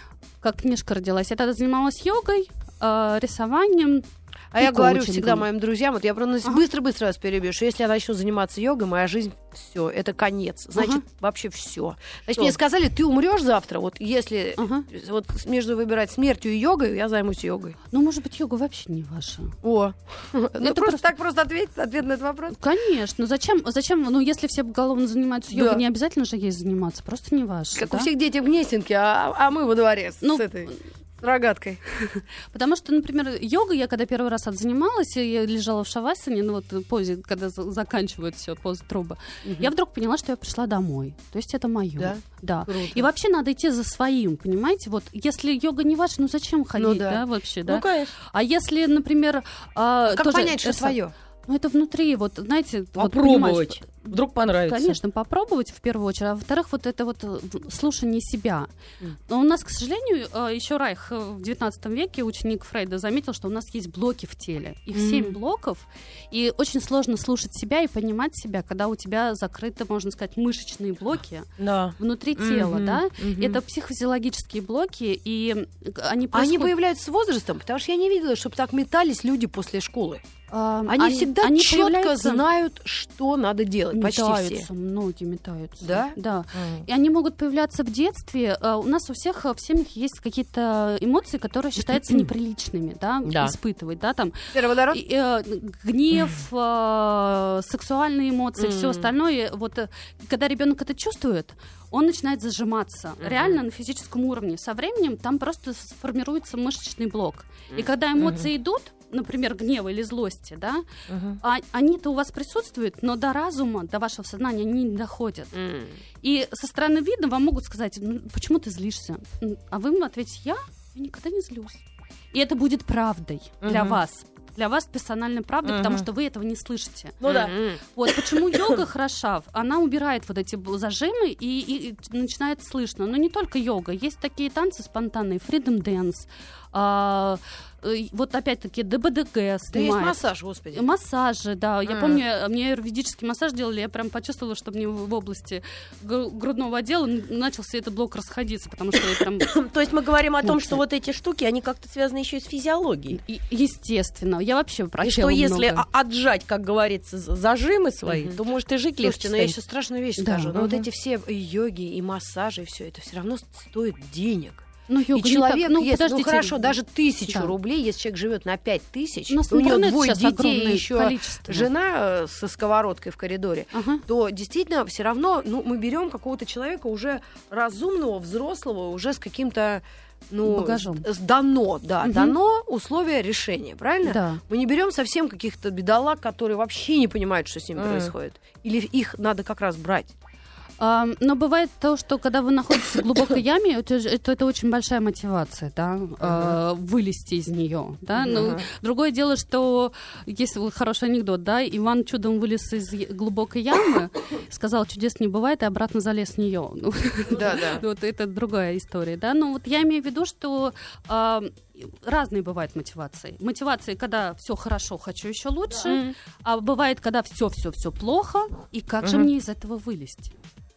как книжка родилась, я тогда занималась йогой, э, рисованием. А и я говорю коучингом. всегда моим друзьям, вот я просто Ага. быстро-быстро вас перебью, что если я начну заниматься йогой, моя жизнь все, это конец. Значит, Ага. вообще все. Значит, Что? мне сказали, ты умрешь завтра. Вот если Ага. вот между выбирать смертью и йогой, я займусь йогой. Ну, может быть, йога вообще не ваша. О, ну просто просто- так просто ответь, ответ на этот вопрос. Конечно. Зачем, зачем, ну, если все поголовно занимаются йогой, Да. не обязательно же ей заниматься, просто не ваше. Как да? у всех детей в Гнесинке, а, а мы во дворе с, Ну, с этой с рогаткой. Потому что, например, йога, я когда первый раз отзанималась, и я лежала в шавасане, ну вот в позе, когда за- заканчивают все, поза труба, я вдруг поняла, что я пришла домой. То есть это мое. Да? Да. Круто. И вообще надо идти за своим, понимаете? Вот если йога не ваша, ну зачем ходить, Ну да. да, вообще, да? Ну, конечно. А если, например, а, Как тоже понять, что это- твое? Ну это внутри, вот знаете, вот Попробовать. понимаешь, Вдруг понравится. Конечно, попробовать в первую очередь, а во-вторых, вот это вот э, в- слушание себя. М. Но у нас, к сожалению, э, еще Райх э, в девятнадцатом веке, ученик Фрейда, заметил, что у нас есть блоки в теле. Их М. семь блоков, и очень сложно слушать себя и понимать себя, когда у тебя закрыты, можно сказать, мышечные блоки Да. внутри тела, Мгм, да? мгм. Это психофизиологические блоки, и э, они Они происходят... появляются с возрастом, потому что я не видела, чтобы так метались люди после школы. а, Они, всегда они четко появляются- знают, что надо делать. Почти метаются, все. многие метаются. Да? Да. М. И они могут появляться в детстве. А, У нас у всех а, в семьях есть какие-то эмоции, которые считаются неприличными, да, Да. испытывать, да, там Сероводород? и, э, гнев, э, сексуальные эмоции, все М. остальное. Вот э, когда ребенок это чувствует, он начинает зажиматься. Реально на физическом уровне. Со временем там просто сформируется мышечный блок. И когда эмоции идут, например, гнева или злости, да, Мгм. а, они-то у вас присутствуют, но до разума, до вашего сознания они не доходят. М. И со стороны видно вам могут сказать, «Ну, почему ты злишься? М, А вы им ответите, я? Я никогда не злюсь. И это будет правдой для Мгм. вас. Для вас персональной правдой, потому Мгм. что вы этого не слышите. Ну да. Мгм. Вот почему йога хороша. Она убирает вот эти бл- зажимы и, и- и начинает слышно. Но не только йога. Есть такие танцы спонтанные, freedom dance. а, э, вот опять-таки ДБДГ Да есть снимает. массаж, господи. Массажи, да. Я А. помню, э, мне аюрведический массаж делали, я прям почувствовала, что мне в в области гру- грудного отдела н- начался этот блок расходиться, потому что я прям... То есть мы говорим о том, Эмоции. что вот эти штуки, они как-то связаны еще и с физиологией. И- Естественно. Я вообще про И тело что если много. о- отжать, как говорится, з- зажимы свои, Мгм. то может и жить легче Слушайте, но я станет. еще страшную вещь Да. скажу. Но вот Мгм. эти все йоги и массажи, все это все равно стоит денег. Ну, Юга, и человек так, ну, есть, ну хорошо, ну, даже тысячу да. рублей, если человек живет на пять тысяч, у, нас у него двое детей, еще жена со сковородкой в коридоре, ага. то действительно все равно ну, мы берем какого-то человека уже разумного, взрослого, уже с каким-то ну, багажом. С, с дано, да, угу. дано условия решения, правильно? Да. Мы не берем совсем каких-то бедолаг, которые вообще не понимают, что с ними mm. происходит. Или их надо как раз брать. Uh, но бывает то, что когда вы находитесь в глубокой яме, это, это, это очень большая мотивация, да, uh-huh. uh, вылезти из нее, да. Uh-huh. Но другое дело, что есть хороший анекдот, да, Иван чудом вылез из глубокой ямы, сказал, чудес не бывает, и обратно залез в нее. Да, да. Вот это другая история, да. Но вот я имею в виду, что uh, разные бывают мотивации. Мотивации, когда все хорошо, хочу еще лучше, mm. а бывает, когда все-все-все плохо, и как mm-hmm. же мне из этого вылезти?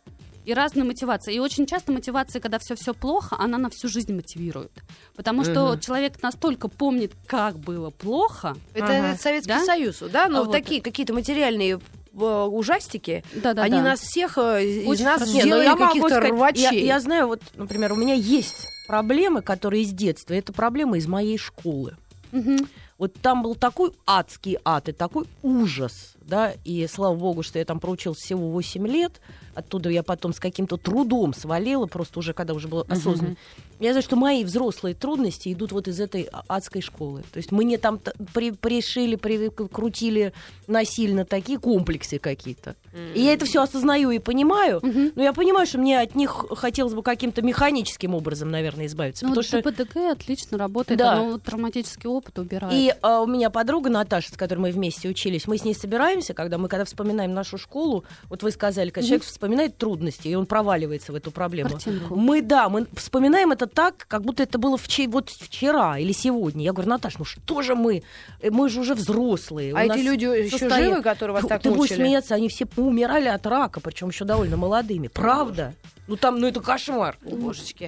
И разные мотивации. И очень часто мотивация, когда все-все плохо, она на всю жизнь мотивирует. Потому что uh-huh. человек настолько помнит, как было плохо. Это, uh-huh. это Советский да? Союз, да? Ну, а вот такие вот. Какие-то материальные ужастики, да, да, они да. нас всех, из очень нас хорошо. Сделали не, каких-то сказать, рвачей. Я, я знаю, вот, например, у меня есть проблемы, которые из детства. Это проблемы из моей школы. Uh-huh. Вот там был такой адский ад и такой ужас, да, и слава богу, что я там проучилась всего восемь лет, оттуда я потом с каким-то трудом свалила, просто уже, когда уже была осознанно. Uh-huh. Я знаю, что мои взрослые трудности идут вот из этой адской школы. То есть мне там при, пришили, прикрутили насильно такие комплексы какие-то. Uh-huh. И я это все осознаю и понимаю, uh-huh. но я понимаю, что мне от них хотелось бы каким-то механическим образом, наверное, избавиться. Ну, что... ПДГ отлично работает, да. оно травматический опыт убирает. И а, у меня подруга Наташа, с которой мы вместе учились, мы с ней собираемся, когда мы когда вспоминаем нашу школу, вот вы сказали, когда mm-hmm. человек вспоминает трудности, и он проваливается в эту проблему. Картинку. Мы, да, мы вспоминаем это так, как будто это было вчера, вот вчера или сегодня. Я говорю, Наташа, ну что же мы? Мы же уже взрослые. А эти люди еще состоя... живы, которые вас так Ты мучили? Ты будешь смеяться, они все умирали от рака, причем еще довольно молодыми. Правда? Ну там, ну это кошмар. Божечки.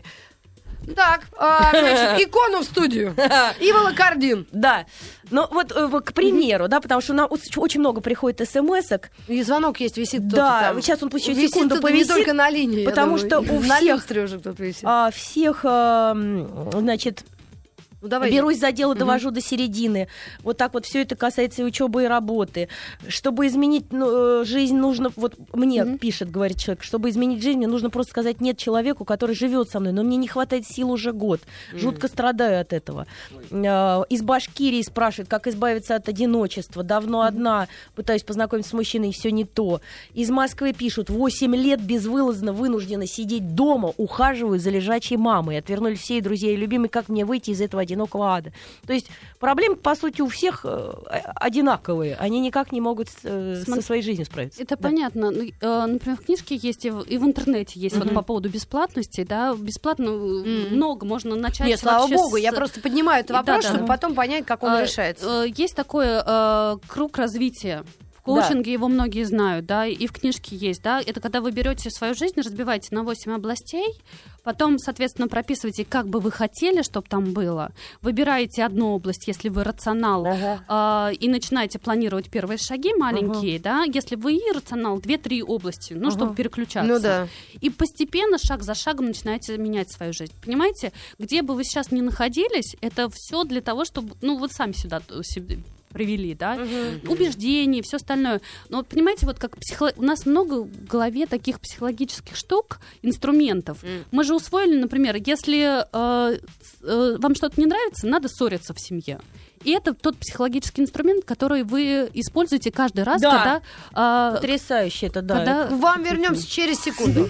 Так, а, значит, икону в студию. И волокордин. Да. Ну, вот к примеру, да, потому что нам очень много приходит смс-ок. И звонок есть, висит да, там. Сейчас он пусть еще секунду повисит. Не только на линии. Потому что у на всех, люстре уже кто-то висит. А, всех, а, значит... Ну, давай. Берусь за дело, довожу угу. до середины. Вот так вот все это касается и учебы, и работы. Чтобы изменить ну, жизнь, нужно... Вот мне угу. пишет, говорит человек, чтобы изменить жизнь, мне нужно просто сказать нет человеку, который живет со мной, но мне не хватает сил уже год. Угу. Жутко страдаю от этого. Из Башкирии спрашивают, как избавиться от одиночества. Давно угу. одна, пытаюсь познакомиться с мужчиной, и все не то. Из Москвы пишут, восемь лет безвылазно вынуждена сидеть дома, ухаживаю за лежачей мамой. Отвернули все и друзья, и любимые, как мне выйти из этого одиночества? одинокого ада. То есть проблемы, по сути, у всех э, одинаковые. Они никак не могут э, со своей жизнью справиться. Это да. понятно. Э, например, в книжке есть и в, и в интернете есть mm-hmm. вот по поводу бесплатности. Да, бесплатно mm-hmm. много можно начать. Нет, слава богу, с... я просто поднимаю этот вопрос, да, чтобы да. потом понять, как он а, решается. Э, есть такой э, круг развития. В коучинге да. его многие знают, да, и в книжке есть, да. Это когда вы берете свою жизнь, разбиваете на восемь областей, потом, соответственно, прописываете, как бы вы хотели, чтобы там было, выбираете одну область, если вы рационал, ага. э, и начинаете планировать первые шаги маленькие, ага. да. Если вы рационал, две-три области, ну, ага. чтобы переключаться. Ну да. И постепенно, шаг за шагом, начинаете менять свою жизнь. Понимаете, где бы вы сейчас ни находились, это все для того, чтобы, ну, вот сами сюда привели, да, uh-huh. убеждений, все остальное. Но понимаете, вот как психо... у нас много в голове таких психологических штук, инструментов. Uh-huh. Мы же усвоили, например, если э, э, вам что-то не нравится, надо ссориться в семье. И это тот психологический инструмент, который вы используете каждый раз, да. когда... Э, Потрясающе это, да. Когда... К вам вернемся через секунду.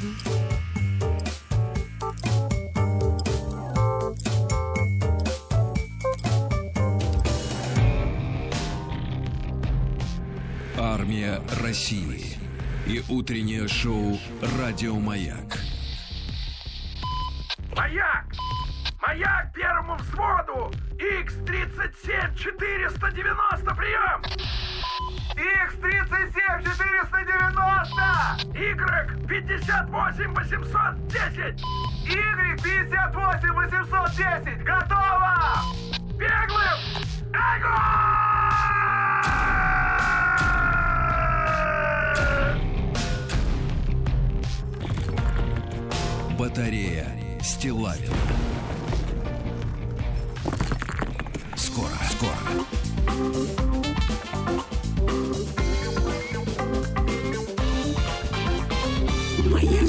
Армия России и утреннее шоу «Радио Маяк». Маяк! Маяк первому взводу! икс тридцать семь четыреста девяносто, прием! икс тридцать семь четыреста девяносто! Y пятьдесят восемь восемьсот десять! Y пятьдесят восемь восемьсот десять! Готово! Беглым! Огонь! Батарея Стилавин скоро. Маяк.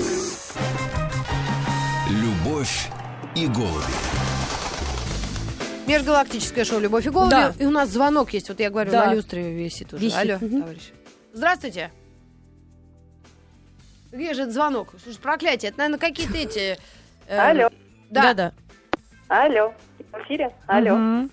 Любовь и голуби. Межгалактическое шоу «Любовь и голуби». Да. И у нас звонок есть. Вот я говорю, Да. на люстре висит уже. Висит. Алло, Мгм. товарищ. Здравствуйте. Где же этот звонок? Слушай, проклятие. Это, наверное, какие-то эти... э, Алло. Да. Да-да. Алло. В эфире? Алло. Мгм.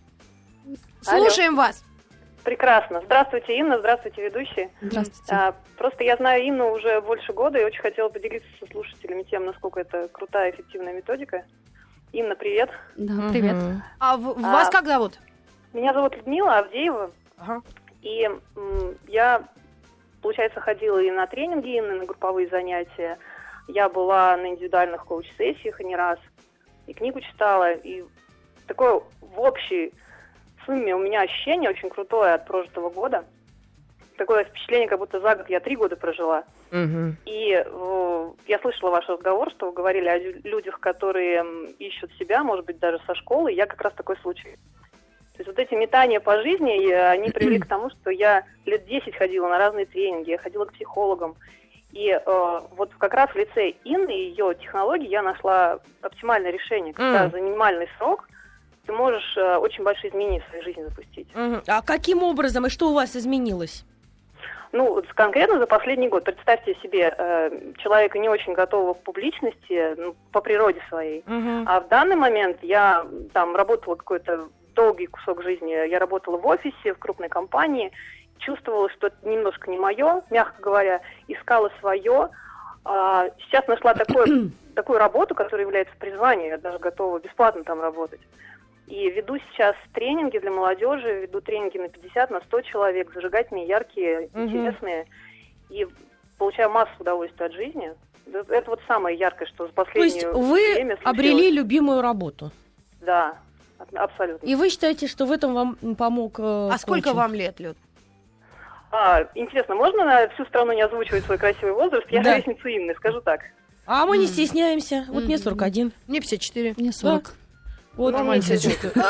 Слушаем вас. Прекрасно. Здравствуйте, Инна. Здравствуйте, ведущие. Здравствуйте. А, просто я знаю Инну уже больше года и очень хотела поделиться со слушателями тем, насколько это крутая, эффективная методика. Инна, привет. Да, привет. Мгм. А в- А. вас как зовут? Меня зовут Людмила Авдеева. Ага. И м, я, получается, ходила и на тренинги, и на групповые занятия. Я была на индивидуальных коуч-сессиях и не раз. И книгу читала. И такое в общей сумме у меня ощущение очень крутое от прожитого года. Такое впечатление, как будто за год я три года прожила. Мгм. И э, я слышала ваш разговор, что вы говорили о лю- людях, которые м, ищут себя, может быть, даже со школы. Я как раз такой случай. То есть вот эти метания по жизни, э, они привели к тому, что я лет десять ходила на разные тренинги, я ходила к психологам. И э, вот как раз в лице Инны и ее технологий я нашла оптимальное решение, когда М. за минимальный срок ты можешь э, очень большие изменения в своей жизни запустить. Мгм. А каким образом и что у вас изменилось? Ну, вот конкретно за последний год. Представьте себе э, человека не очень готового к публичности, ну, по природе своей. Мгм. А в данный момент я там работала какой-то долгий кусок жизни. Я работала в офисе, в крупной компании, чувствовала, что это немножко не мое, мягко говоря, искала свое. А, сейчас нашла такое, такую работу, которая является призванием. Я даже готова бесплатно там работать. И веду сейчас тренинги для молодежи, веду тренинги на пятьдесят, на сто человек, зажигательные, яркие, Мгм. интересные. И получаю массу удовольствия от жизни. Это, это вот самое яркое, что за То есть последнее вы время случилось. обрели любимую работу. Да, аб- абсолютно. И вы считаете, что в этом вам помог э, А сколько коучинг? вам лет, Люд? А, интересно, можно на всю страну не озвучивать свой красивый возраст? Я Да. ровесница Инны, скажу так. А мы не М. стесняемся. Вот мне Мгм. сорок один. Мне пятьдесят четыре. Мне сорок. Вот Нормально себя видите. чувствую.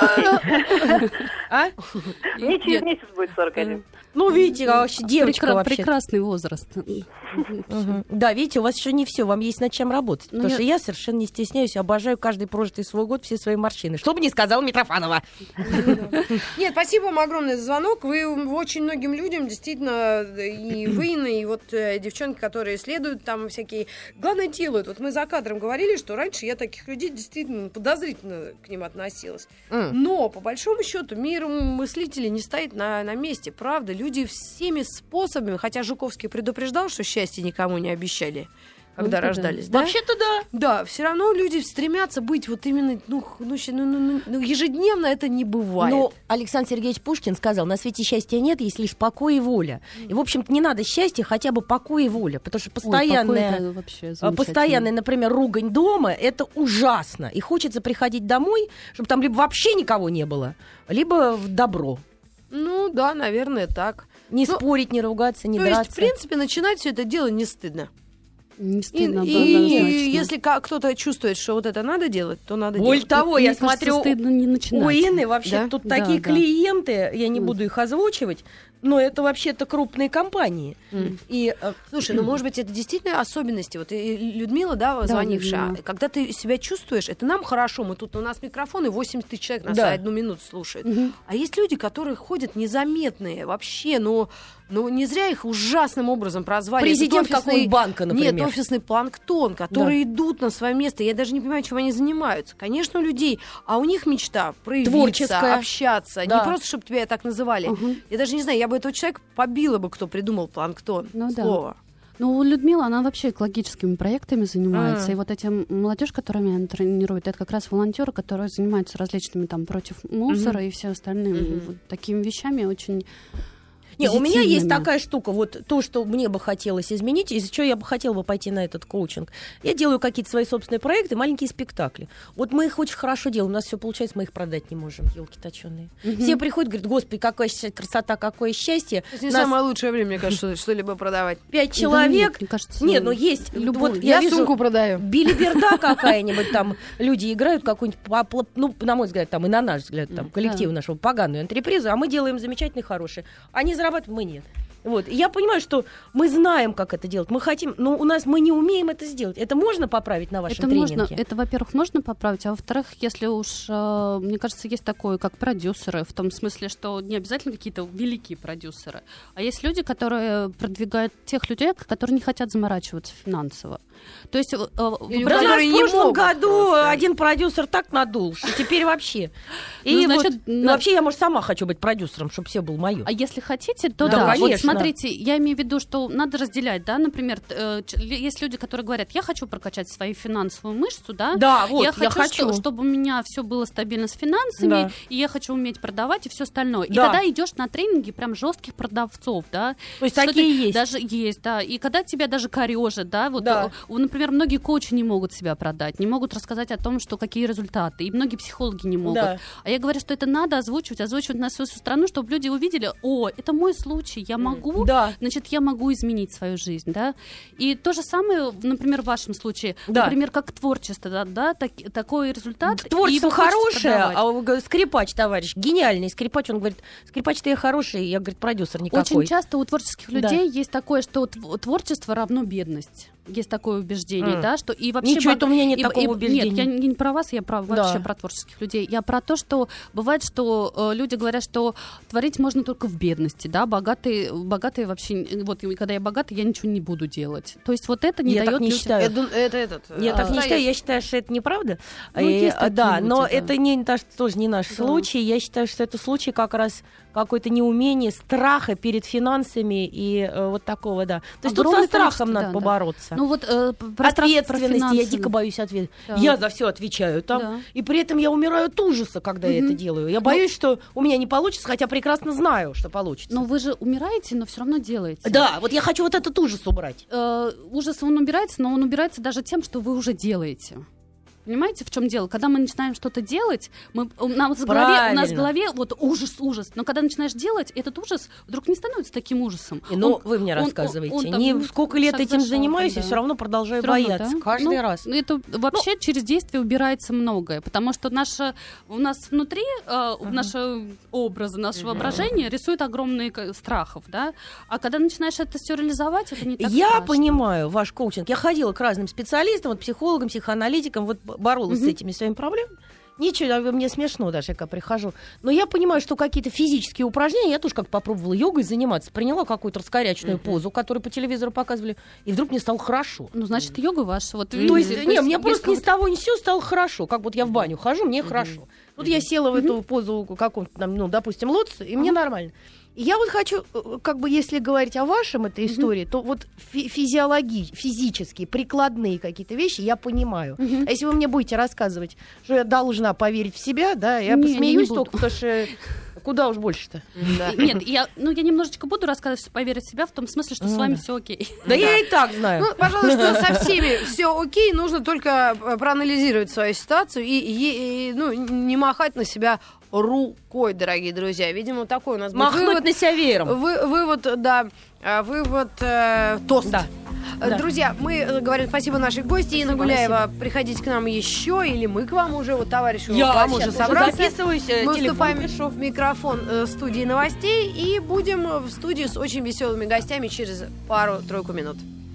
А? Мне через Нет. месяц будет сорок один. Ну, видите, а вообще девочка Прекра- вообще. Прекрасный возраст. Мгм. Да, видите, у вас еще не все, вам есть над чем работать. Ну, Потому я- что я совершенно не стесняюсь, обожаю каждый прожитый свой год, все свои морщины. Что бы ни сказала Митрофанова. Нет, спасибо вам огромное за звонок. Вы очень многим людям действительно, и вы, Инна, и вот э, девчонки, которые исследуют там всякие... Главное, делают. Вот мы за кадром говорили, что раньше я таких людей действительно подозрительно к ним относилась. М. Но, по большому счету, мир мыслителей не стоит на, на месте. Правда, люди всеми способами, хотя Жуковский предупреждал, что счастье никому не обещали, когда Ну, да. рождались, да? Вообще-то да. Да, все равно люди стремятся быть вот именно, ну, х- ну, щ- ну, ну, ну, ну, ежедневно это не бывает. Но Александр Сергеевич Пушкин сказал, на свете счастья нет, есть лишь покой и воля. И, в общем-то, не надо счастья, хотя бы покой и воля. Потому что Ой, покой постоянная... это вообще А, замечательно. Постоянная, например, ругань дома, это ужасно. И хочется приходить домой, чтобы там либо вообще никого не было, либо в добро. Ну, да, наверное, так. Не Ну, спорить, не ругаться, не То драться. есть, в принципе, начинать все это дело не стыдно. Не И, стыдно и- было, и однозначно. если ка- кто-то чувствует, что вот это надо делать, то надо Более делать. того, Мне я кажется, смотрю, стыдно не начинать. у Инны вообще Да? тут Да, такие да. клиенты, я не М. буду их озвучивать, но это вообще-то крупные компании. М. И э, Слушай, ну, может быть, это действительно особенности. Вот и Людмила, да, Да, звонившая, Людмила. когда ты себя чувствуешь, это нам хорошо, мы тут, у нас микрофон, и восемьдесят тысяч человек нас Да. одну минуту слушает. Мгм. А есть люди, которые ходят незаметные вообще, но, но не зря их ужасным образом прозвали. президент Этот офисный- какого банка, например. Нет, офисный планктон, которые идут на свое место. Я даже не понимаю, чем они занимаются. Конечно, у людей, а у них мечта проявиться, Творческая. общаться. Да. Не просто, чтобы тебя так называли. Мгм. Я даже не знаю, я бы этого человека побила бы, кто придумал планктон. Ну да. Слово. Ну, у Людмилы, она вообще экологическими проектами занимается. А. И вот эти молодежь, которыми она тренирует, это как раз волонтеры, которые занимаются различными там против мусора и все остальными Мгм. вот такими вещами очень. Не, у меня есть такая штука, вот то, что мне бы хотелось изменить, из-за чего я бы хотела бы пойти на этот коучинг. Я делаю какие-то свои собственные проекты, маленькие спектакли. Вот мы их очень хорошо делаем, у нас все получается, мы их продать не можем, елки точеные. Mm-hmm. Все приходят, говорят, господи, какая красота, какое счастье. Это не нас... самое лучшее время, мне кажется, что-либо продавать. Пять человек. Да нет, мне кажется, нет, ну есть. Любую. Вот я, я вижу, сумку продаю. Билиберда какая-нибудь там, люди играют какую-нибудь, ну, на мой взгляд, там, и на наш взгляд, там, коллектив нашего поганую антрепризу, а мы делаем замечательные, хорошие. Они зарабатывают, мы нет. Вот. И я понимаю, что мы знаем, как это делать, мы хотим, но у нас мы не умеем это сделать. Это можно поправить на вашем это тренинге? Можно, это, во-первых, можно поправить, а во-вторых, если уж, э, мне кажется, есть такое, как продюсеры, в том смысле, что не обязательно какие-то великие продюсеры, а есть люди, которые продвигают тех людей, которые не хотят заморачиваться финансово. То есть, э, в прошлом году просто. Один продюсер так надул, что теперь вообще. И ну, значит, вот, на... вообще я, может, сама хочу быть продюсером, чтобы все было мое. А если хотите, то да, да. Конечно. Вот смотрите, я имею в виду, что надо разделять, да, например, э, есть люди, которые говорят, я хочу прокачать свою финансовую мышцу, да, да вот, я, я хочу, хочу. Что, чтобы у меня все было стабильно с финансами, да. и я хочу уметь продавать и все остальное. Да. И тогда идешь на тренинги прям жестких продавцов, да. То есть такие есть. Даже есть, да. И когда тебя даже корежат, да, вот, да. например, многие коучи не могут себя продать, не могут рассказать о том, что какие результаты, и многие психологи не могут. Да. А я говорю, что это надо озвучивать, озвучивать на свою страну, чтобы люди увидели, о, это мой случай, я могу, да. значит, я могу изменить свою жизнь, да. И то же самое, например, в вашем случае, да. например, как творчество, да, да так, такой результат. Творчество хорошее, а скрипач, товарищ, гениальный скрипач, он говорит, скрипач-то я хороший, я, говорит, продюсер никакой. Очень часто у творческих людей да. есть такое, что творчество равно бедность. Есть такое убеждение, mm. да, что и вообще... Ничего, это у меня нет и, такого и, убеждения. Нет, я не, не про вас, я про, да. вообще про творческих людей. Я про то, что бывает, что э, люди говорят, что творить можно только в бедности, да, богатые, богатые вообще... Вот, когда я богатый, я ничего не буду делать. То есть вот это не я дает... Так не людям... считаю. Это, это, этот, я а, так не считаю, я считаю, что это неправда. Ну, и, да, люди, но да. это не, тоже не наш да. случай. Я считаю, что это случай как раз какое-то неумение, страха перед финансами и э, вот такого, да. То есть Огромное тут со страхом надо да, побороться. Да. Ну вот э, ответственности, я дико боюсь ответственности. Да. Я за все отвечаю там, да. и при этом я умираю от ужаса, когда mm-hmm. я это делаю. Я боюсь, но... что у меня не получится, хотя прекрасно знаю, что получится. Но вы же умираете, но все равно делаете. Да, вот я хочу вот этот ужас убрать. Э, ужас он убирается, но он убирается даже тем, что вы уже делаете. Понимаете, в чем дело? Когда мы начинаем что-то делать, мы, у, нас в голове, у нас в голове вот ужас, ужас. Но когда начинаешь делать, этот ужас вдруг не становится таким ужасом. Ну, он, вы мне он, рассказываете. Он, он, не там, сколько лет этим шаг занимаюсь, да. и все равно продолжаю все бояться. Равно, да? Каждый ну, раз. Это вообще ну, через действие убирается многое. Потому что наше, у нас внутри э, uh-huh. наши образы, наше uh-huh. воображение рисуют огромные страхов. Да? А когда начинаешь это все реализовать, это не так Я страшно. понимаю ваш коучинг. Я ходила к разным специалистам, вот, психологам, психоаналитикам, вот боролась uh-huh. с этими своими проблемами. Ничего, мне смешно даже, когда прихожу. Но я понимаю, что какие-то физические упражнения, я тоже как попробовала йогой заниматься, приняла какую-то раскоряченную uh-huh. позу, которую по телевизору показывали, и вдруг мне стало хорошо. Ну, значит, йога ваша. Вот, mm-hmm. То есть, mm-hmm. не, мне просто ни с того ни с сего стало хорошо. Как вот я в баню хожу, мне mm-hmm. хорошо. Вот mm-hmm. я села в эту mm-hmm. позу каком-то, ну, допустим, лотоса, и mm-hmm. мне нормально. И я вот хочу, как бы, если говорить о вашем этой истории, mm-hmm. то вот фи- физиологи- физические, прикладные какие-то вещи я понимаю. Mm-hmm. А если вы мне будете рассказывать, что я должна поверить в себя, да, я не, посмеюсь не только, потому что куда уж больше-то. Да. Нет, я, ну, я немножечко буду рассказывать, что поверить в себя, в том смысле, что mm-hmm. с вами все окей. Да, да я и так знаю. Ну, пожалуй, что со всеми все окей, нужно только проанализировать свою ситуацию и, и, и ну, не махать на себя рукой, дорогие друзья. Видимо, такой у нас был махнуть вывод, на себя веером. Вы, вывод, да, вывод, э, тост. Да. Друзья, мы говорим спасибо нашей гости Инна Гуляева. Приходите к нам еще, или мы к вам уже, вот товарищ Я к вам уже собрался. Записываюсь, мы выступаем в микрофон э, студии новостей и будем в студии с очень веселыми гостями через пару-тройку минут.